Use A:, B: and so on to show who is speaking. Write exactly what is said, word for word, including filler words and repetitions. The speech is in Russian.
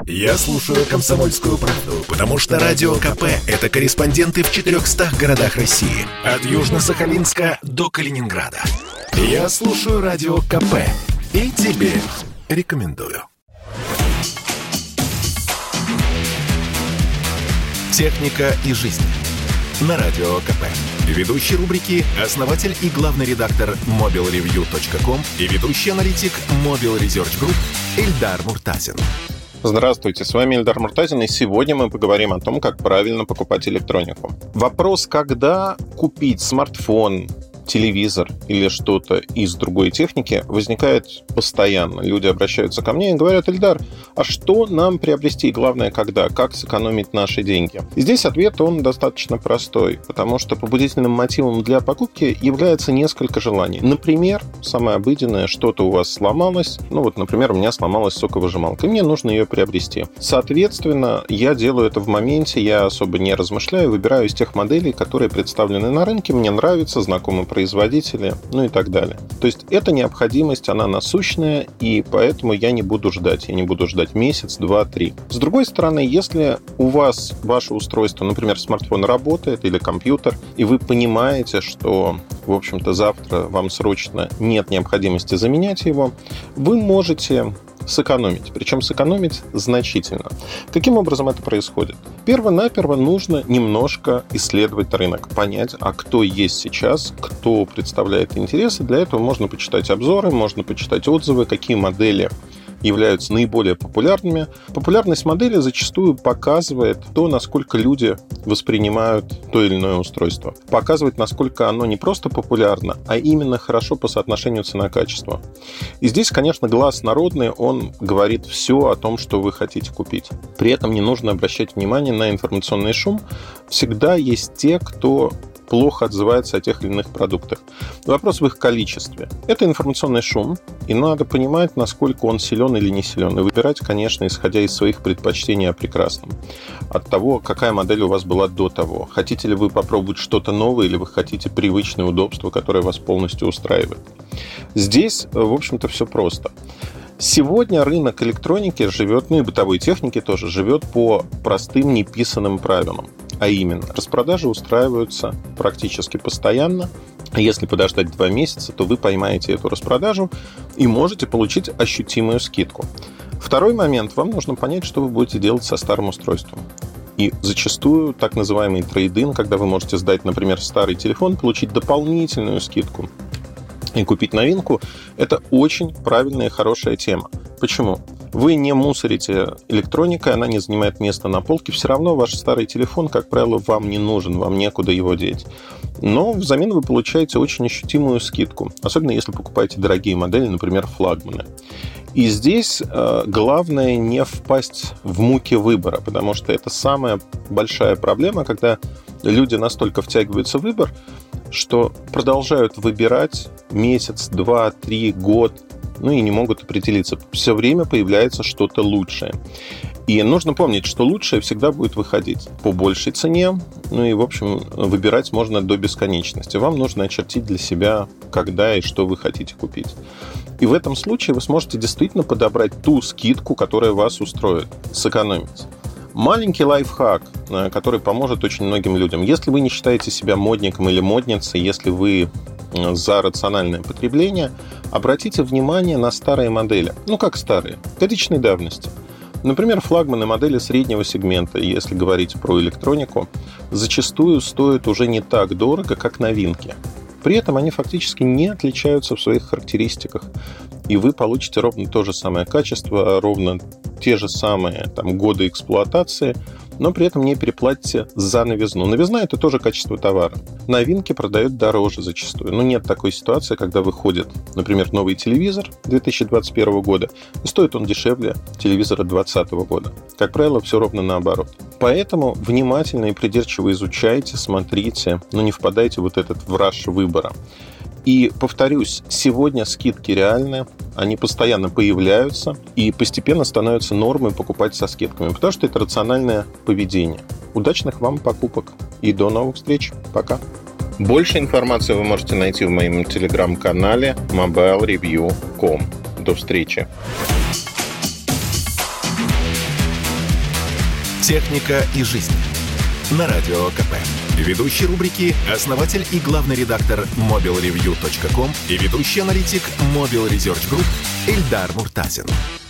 A: Я слушаю «Комсомольскую правду», потому что Радио КП – это корреспонденты в четырехстах городах России. От Южно-Сахалинска до Калининграда. Я слушаю Радио КП и тебе рекомендую. «Техника и жизнь» на Радио КП. Ведущий рубрики – основатель и главный редактор мобил ревью точка ком и ведущий аналитик Mobile Research Group Эльдар Муртазин.
B: Здравствуйте, с вами Эльдар Муртазин, и сегодня мы поговорим о том, как правильно покупать электронику. Вопрос, когда купить смартфон, телевизор или что-то из другой техники, возникает постоянно. Люди обращаются ко мне и говорят: Эльдар, а что нам приобрести? И главное, когда? Как сэкономить наши деньги? И здесь ответ, он достаточно простой, потому что побудительным мотивом для покупки является несколько желаний. Например, самое обыденное, что-то у вас сломалось. Ну вот, например, у меня сломалась соковыжималка, и мне нужно ее приобрести. Соответственно, я делаю это в моменте, я особо не размышляю, выбираю из тех моделей, которые представлены на рынке, мне нравятся, знакомы производители, ну и так далее. То есть эта необходимость, она насущная, и поэтому я не буду ждать. Я не буду ждать месяц, два, три. С другой стороны, если у вас ваше устройство, например, смартфон работает или компьютер, и вы понимаете, что, в общем-то, завтра вам срочно нет необходимости заменять его, вы можете сэкономить. Причем сэкономить значительно. Каким образом это происходит? Перво-наперво нужно немножко исследовать рынок, понять, а кто есть сейчас, кто представляет интересы. Для этого можно почитать обзоры, можно почитать отзывы, какие модели являются наиболее популярными. Популярность модели зачастую показывает то, насколько люди воспринимают то или иное устройство. Показывает, насколько оно не просто популярно, а именно хорошо по соотношению цена-качество. И здесь, конечно, глаз народный, он говорит все о том, что вы хотите купить. При этом не нужно обращать внимание на информационный шум. Всегда есть те, кто плохо отзывается о тех или иных продуктах. Вопрос в их количестве. Это информационный шум, и надо понимать, насколько он силен или не силен. И выбирать, конечно, исходя из своих предпочтений о прекрасном. От того, какая модель у вас была до того. Хотите ли вы попробовать что-то новое, или вы хотите привычное удобство, которое вас полностью устраивает. Здесь, в общем-то, все просто. Сегодня рынок электроники живет, ну и бытовой техники тоже, живет по простым неписанным правилам. А именно, распродажи устраиваются практически постоянно. Если подождать два месяца, то вы поймаете эту распродажу и можете получить ощутимую скидку. Второй момент. Вам нужно понять, что вы будете делать со старым устройством. И зачастую так называемый трейд-ин, когда вы можете сдать, например, старый телефон, получить дополнительную скидку и купить новинку, это очень правильная и хорошая тема. Почему? Вы не мусорите электроникой, она не занимает места на полке. Все равно ваш старый телефон, как правило, вам не нужен, вам некуда его деть. Но взамен вы получаете очень ощутимую скидку. Особенно если покупаете дорогие модели, например, флагманы. И здесь э, главное не впасть в муки выбора, потому что это самая большая проблема, когда люди настолько втягиваются в выбор, что продолжают выбирать месяц, два, три, год, ну и не могут определиться. Все время появляется что-то лучшее. И нужно помнить, что лучшее всегда будет выходить по большей цене. Ну и, в общем, выбирать можно до бесконечности. Вам нужно очертить для себя, когда и что вы хотите купить. И в этом случае вы сможете действительно подобрать ту скидку, которая вас устроит, сэкономить. Маленький лайфхак, который поможет очень многим людям. Если вы не считаете себя модником или модницей, если вы за рациональное потребление, обратите внимание на старые модели. Ну, как старые? Годичной давности. Например, флагманы модели среднего сегмента, если говорить про электронику, зачастую стоят уже не так дорого, как новинки. При этом они фактически не отличаются в своих характеристиках. И вы получите ровно то же самое качество, ровно те же самые там, годы эксплуатации, но при этом не переплатите за новизну. Новизна – это тоже качество товара. Новинки продают дороже зачастую. Но нет такой ситуации, когда выходит, например, новый телевизор две тысячи двадцать первого года, и стоит он дешевле телевизора две тысячи двадцатого года. Как правило, все ровно наоборот. Поэтому внимательно и придирчиво изучайте, смотрите, но не впадайте в вот этот враж выбора. И, повторюсь, сегодня скидки реальны, они постоянно появляются и постепенно становятся нормой покупать со скидками, потому что это рациональное поведение. Удачных вам покупок и до новых встреч. Пока. Больше информации вы можете найти в моем телеграм-канале мобайл ревью точка ком. До встречи.
A: Техника и жизнь. На Радио КП. Ведущий рубрики – основатель и главный редактор мобил ревью точка ком и ведущий аналитик Mobile Research Group Эльдар Муртазин.